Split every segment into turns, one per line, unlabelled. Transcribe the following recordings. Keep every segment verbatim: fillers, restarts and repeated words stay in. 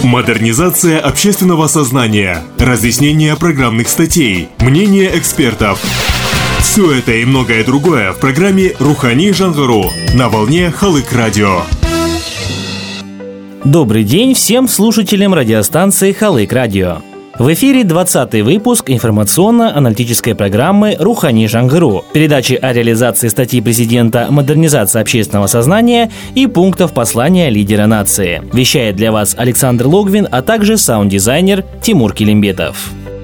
Модернизация общественного сознания, разъяснение программных статей, мнение экспертов. Все это и многое другое в программе «Рухани Жаңғыру» на волне Халык Радио.
Добрый день всем слушателям радиостанции Халык Радио. В эфире двадцатый выпуск информационно-аналитической программы «Рухани Жаңғыру», передачи о реализации статьи президента «Модернизация общественного сознания» и пунктов послания лидера нации. Вещает для вас Александр Логвин, а также саунд-дизайнер Тимур Килимбетов.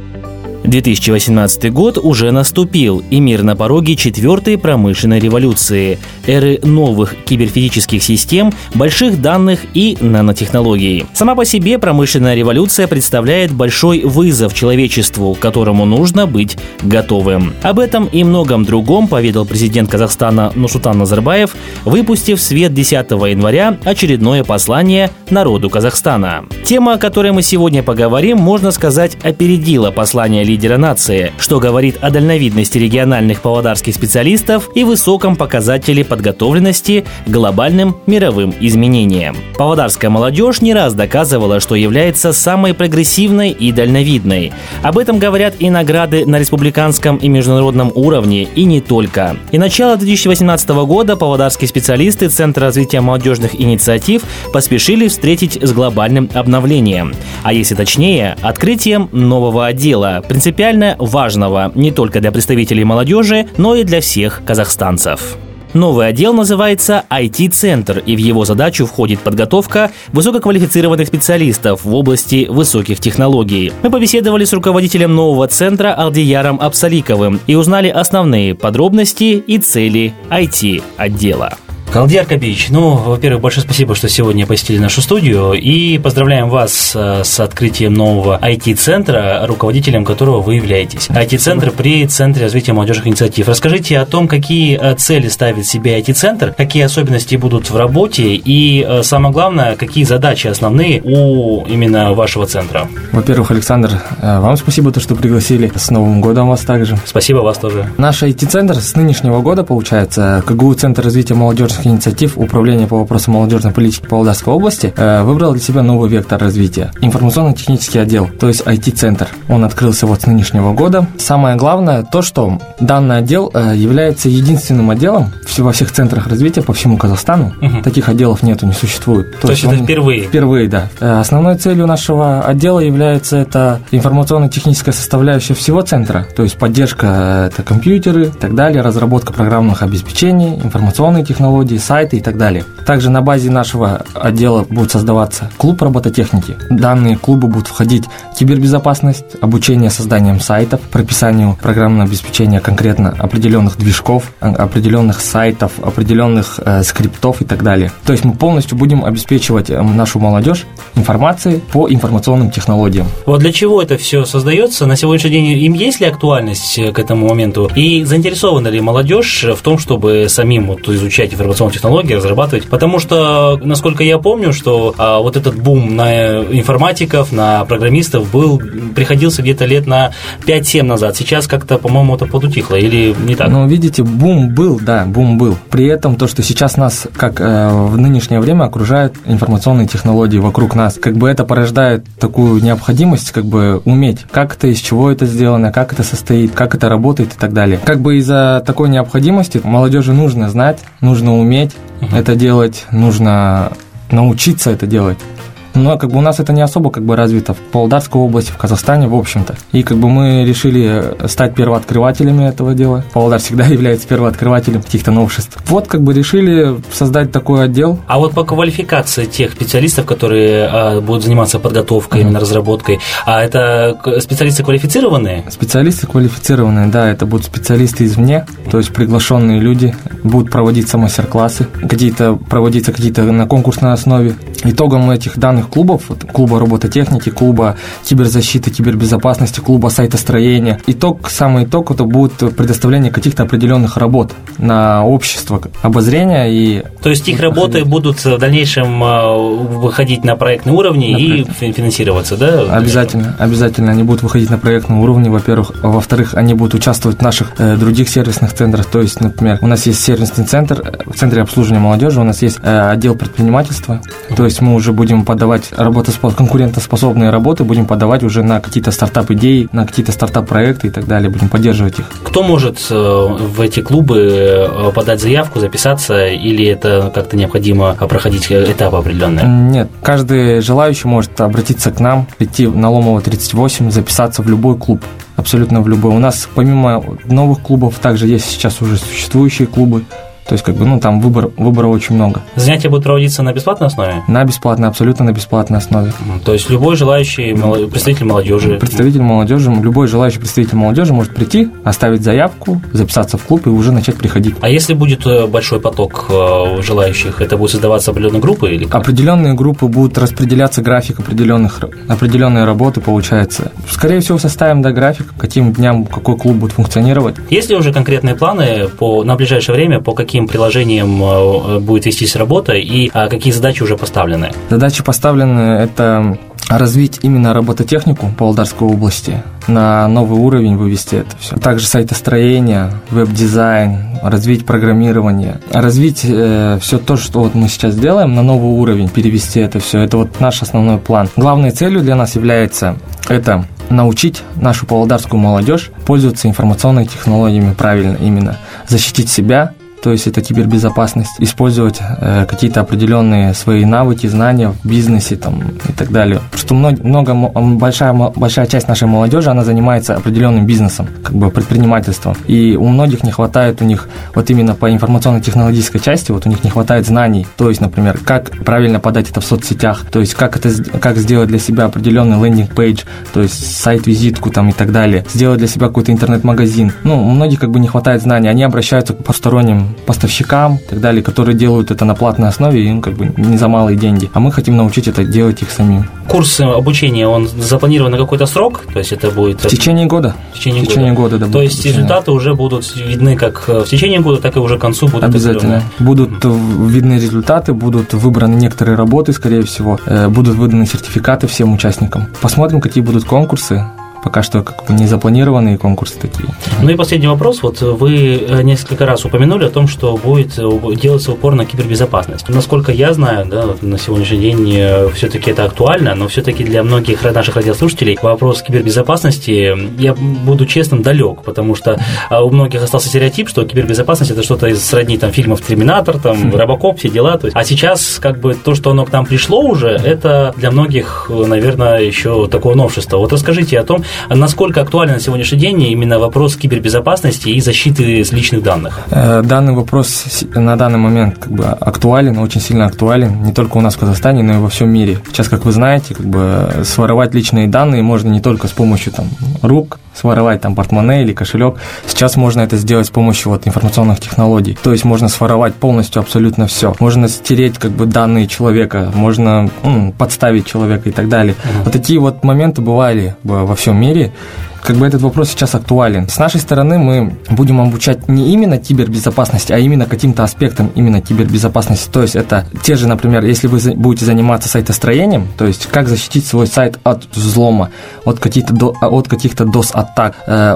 две тысячи восемнадцатый год уже наступил, и мир на пороге четвертой промышленной революции, эры новых киберфизических систем, больших данных и нанотехнологий. Сама по себе промышленная революция представляет большой вызов человечеству, к которому нужно быть готовым. Об этом и многом другом поведал президент Казахстана Нурсултан Назарбаев, выпустив в свет десятого января очередное послание народу Казахстана. Тема, о которой мы сегодня поговорим, можно сказать, опередила послание лидера лидера нации, что говорит о дальновидности региональных павлодарских специалистов и высоком показателе подготовленности к глобальным мировым изменениям. Павлодарская молодежь не раз доказывала, что является самой прогрессивной и дальновидной. Об этом говорят и награды на республиканском и международном уровне, и не только. И начало две тысячи восемнадцатого года павлодарские специалисты Центра развития молодежных инициатив поспешили встретить с глобальным обновлением, а если точнее, открытием нового отдела, принципиально важного не только для представителей молодежи, но и для всех казахстанцев. Новый отдел называется ай ти-центр, и в его задачу входит подготовка высококвалифицированных специалистов в области высоких технологий. Мы побеседовали с руководителем нового центра Алдияром Абсаликовым и узнали основные подробности и цели ай ти-отдела. Алдияр Кабирович, ну, во-первых, большое спасибо, что сегодня посетили нашу студию, и поздравляем вас с открытием нового ай ти-центра, руководителем которого вы являетесь. ай ти-центр при Центре развития молодежных инициатив. Расскажите о том, какие цели ставит себе ай ти-центр, какие особенности будут в работе и, самое главное, какие задачи основные у именно вашего центра.
Во-первых, Александр, вам спасибо, что пригласили. С Новым годом вас также.
Спасибо, вас тоже.
Наш ай ти-центр с нынешнего года, получается, ка гэ у Центр развития молодежных инициатив Управления по вопросам молодежной политики Павлодарской области э, выбрал для себя новый вектор развития – информационно-технический отдел, то есть ай ти-центр. Он открылся вот с нынешнего года. Самое главное то, что данный отдел э, является единственным отделом во всех центрах развития по всему Казахстану. Угу. Таких отделов нету, не существует.
То, то есть это он, впервые?
Впервые, да. Э, основной целью нашего отдела является это информационно-техническая составляющая всего центра, то есть поддержка это компьютеры и так далее, разработка программных обеспечений, информационные технологии, сайты и так далее. Также на базе нашего отдела будет создаваться клуб робототехники. Данные клубы будут входить в кибербезопасность, обучение созданием сайтов, прописанию программного обеспечения конкретно определенных движков, определенных сайтов, определенных э, скриптов и так далее. То есть мы полностью будем обеспечивать нашу молодежь информацией по информационным технологиям.
Вот для чего это все создается? На сегодняшний день им есть ли актуальность к этому моменту? И заинтересована ли молодежь в том, чтобы самим вот изучать информационные технологии, разрабатывать? Потому что, насколько я помню, что а, вот этот бум на информатиков, на программистов был, приходился где-то лет на пять-семь назад. Сейчас как-то, по-моему, это подутихло, или не так?
Ну, видите, бум был, да, бум был. При этом то, что сейчас нас, как э, в нынешнее время, окружают информационные технологии вокруг нас, как бы это порождает такую необходимость, как бы уметь, как это, из чего это сделано, как это состоит, как это работает и так далее. Как бы из-за такой необходимости молодежи нужно знать, нужно уметь uh-huh. это делать, нужно научиться это делать. Но как бы у нас это не особо как бы развито в Павлодарской области, в Казахстане, в общем-то. И как бы мы решили стать первооткрывателями этого дела. Павлодар всегда является первооткрывателем каких-то новшеств. Вот как бы решили создать такой отдел.
А вот по квалификации тех специалистов, которые а, будут заниматься подготовкой, mm-hmm. именно разработкой, а это специалисты квалифицированные?
Специалисты квалифицированные, да, это будут специалисты извне, то есть приглашенные люди, будут проводиться мастер-классы, какие-то проводиться какие-то на конкурсной основе. Итогом этих данных клубов, клуба робототехники, клуба киберзащиты, кибербезопасности, клуба сайтостроения. Итог, самый итог, это будет предоставление каких-то определенных работ на общество обозрения. И
то есть их работы будут в дальнейшем выходить на проектный уровень на и проект. финансироваться, да?
Обязательно, обязательно они будут выходить на проектный уровень, во-первых. Во-вторых, они будут участвовать в наших э, других сервисных центрах. То есть, например, у нас есть сервисный центр, в центре обслуживания молодежи у нас есть э, отдел предпринимательства, то есть мы уже будем подавать подавать работоспос... конкурентоспособные работы, будем подавать уже на какие-то стартап-идеи, на какие-то стартап-проекты и так далее, будем поддерживать их.
Кто может в эти клубы подать заявку, записаться, или это как-то необходимо проходить этапы определенные?
Нет, каждый желающий может обратиться к нам, прийти на Ломова тридцать восемь, записаться в любой клуб. Абсолютно в любой. У нас помимо новых клубов также есть сейчас уже существующие клубы. То есть, как бы, ну, там выбор, выбора очень много.
Занятия будут проводиться на бесплатной основе?
На бесплатной, абсолютно на бесплатной основе.
То есть, любой желающий представитель молодежи?
Представитель молодежи, любой желающий представитель молодежи может прийти, оставить заявку, записаться в клуб и уже начать приходить.
А если будет большой поток желающих, это будет создаваться определенные группы? Или как?
Определенные группы будут распределяться, график определенных, определенные работы, получается. Скорее всего, составим, да, график, каким дням какой клуб будет функционировать.
Есть ли уже конкретные планы по, на ближайшее время, по каким приложением будет вестись работа и а, какие задачи уже поставлены?
Задачи поставлены – это развить именно робототехнику Павлодарской области, на новый уровень вывести это все. Также сайтостроение, веб-дизайн, развить программирование, развить э, все то, что вот мы сейчас делаем, на новый уровень, перевести это все. Это вот наш основной план. Главной целью для нас является это научить нашу павлодарскую молодежь пользоваться информационными технологиями правильно именно, защитить себя. То есть это кибербезопасность, использовать э, какие-то определенные свои навыки, знания в бизнесе там, и так далее. Потому что много, много, большая, большая часть нашей молодежи, она занимается определенным бизнесом, как бы предпринимательством. И у многих не хватает у них вот именно по информационно-технологической части, вот у них не хватает знаний. То есть, например, как правильно подать это в соцсетях, то есть как, это, как сделать для себя определенный лендинг-пейдж, то есть сайт-визитку там, и так далее, сделать для себя какой-то интернет-магазин. Ну, у многих как бы не хватает знаний, они обращаются к посторонним поставщикам и так далее, которые делают это на платной основе и, ну, как бы не за малые деньги. А мы хотим научить это делать их самим.
Курс обучения, он запланирован на какой-то срок? То есть это будет...
В течение года.
В течение,
в течение года.
года,
да.
То есть обучение. Результаты уже будут видны как в течение года, так и уже к концу будут
обязательно. Будут видны результаты, будут выбраны некоторые работы, скорее всего, будут выданы сертификаты всем участникам. Посмотрим, какие будут конкурсы. Пока что как бы не запланированные конкурсы такие.
Ну и последний вопрос. Вот вы несколько раз упомянули о том, что будет делаться упор на кибербезопасность. Насколько я знаю, да, на сегодняшний день все-таки это актуально, но все-таки для многих наших радиослушателей вопрос кибербезопасности, я буду честным, далек, потому что у многих остался стереотип, что кибербезопасность – это что-то из сродни там, фильмов «Терминатор», там, «Робокоп», все дела. То есть, а сейчас как бы то, что оно к нам пришло уже, это для многих, наверное, еще такое новшество. Вот расскажите о том, насколько актуален на сегодняшний день именно вопрос кибербезопасности и защиты личных данных?
Данный вопрос на данный момент как бы актуален, очень сильно актуален, не только у нас в Казахстане, но и во всем мире. Сейчас, как вы знаете, как бы своровать личные данные можно не только с помощью там, рук, своровать там портмоне или кошелек. Сейчас можно это сделать с помощью вот, информационных технологий. То есть можно своровать полностью абсолютно все. Можно стереть как бы данные человека, можно м, подставить человека и так далее. Uh-huh. Вот такие вот моменты бывали во всем мире. Как бы этот вопрос сейчас актуален. С нашей стороны мы будем обучать не именно кибербезопасности, а именно каким-то аспектам именно кибербезопасности. То есть это те же, например, если вы будете заниматься сайтостроением, то есть как защитить свой сайт от взлома, от каких-то, от каких-то дос-атак,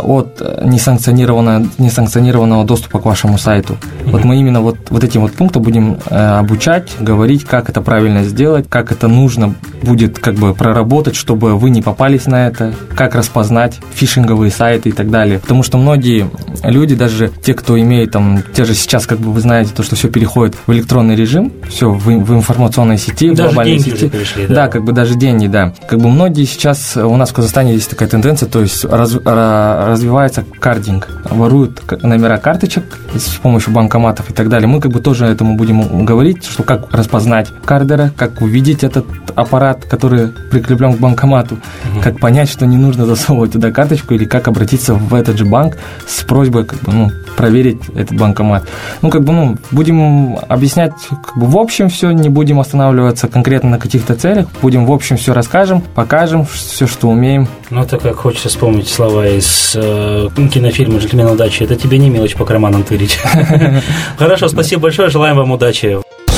от несанкционированного, несанкционированного доступа к вашему сайту. Mm-hmm. Вот мы именно вот, вот этим вот пунктам будем обучать, говорить, как это правильно сделать, как это нужно будет как бы проработать, чтобы вы не попались на это, как распознать фишинговые сайты и так далее. Потому что многие люди, даже те, кто имеет там, те же сейчас, как бы вы знаете, то, что все переходит в электронный режим, все в, в информационной сети, в глобальной сети.
Перешли, да.
да, как бы даже деньги, да. Как бы многие сейчас, у нас в Казахстане есть такая тенденция, то есть раз, развивается кардинг, воруют номера карточек с помощью банкоматов и так далее. Мы как бы тоже этому будем говорить, что как распознать кардера, как увидеть этот аппарат, который прикреплен к банкомату, угу. как понять, что не нужно засовывать туда карточку или как обратиться в этот же банк с просьбой как бы, ну, проверить этот банкомат. Ну, как бы, ну, будем объяснять как бы, в общем все, не будем останавливаться конкретно на каких-то целях, будем в общем все расскажем, покажем все, что умеем.
Ну, это как хочется вспомнить слова из э, кинофильма «Джентльмен удачи». Это тебе не мелочь по карманам тырить. Хорошо, спасибо большое, желаем вам удачи.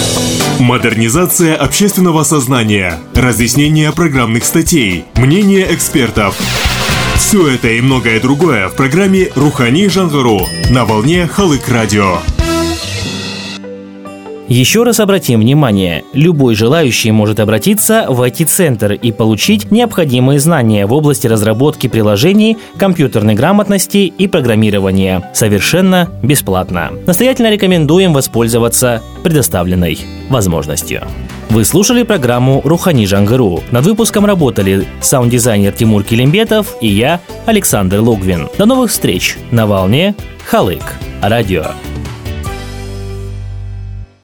Модернизация общественного сознания, разъяснение программных статей, мнение экспертов. Все это и многое другое в программе «Рухани Жаңғыру» на волне Халык Радио.
Еще раз обратим внимание, любой желающий может обратиться в ай ти-центр и получить необходимые знания в области разработки приложений, компьютерной грамотности и программирования совершенно бесплатно. Настоятельно рекомендуем воспользоваться предоставленной возможностью. Вы слушали программу «Рухани Жангыру». Над выпуском работали саунд-дизайнер Тимур Килимбетов и я, Александр Логвин. До новых встреч на волне Халык Радио.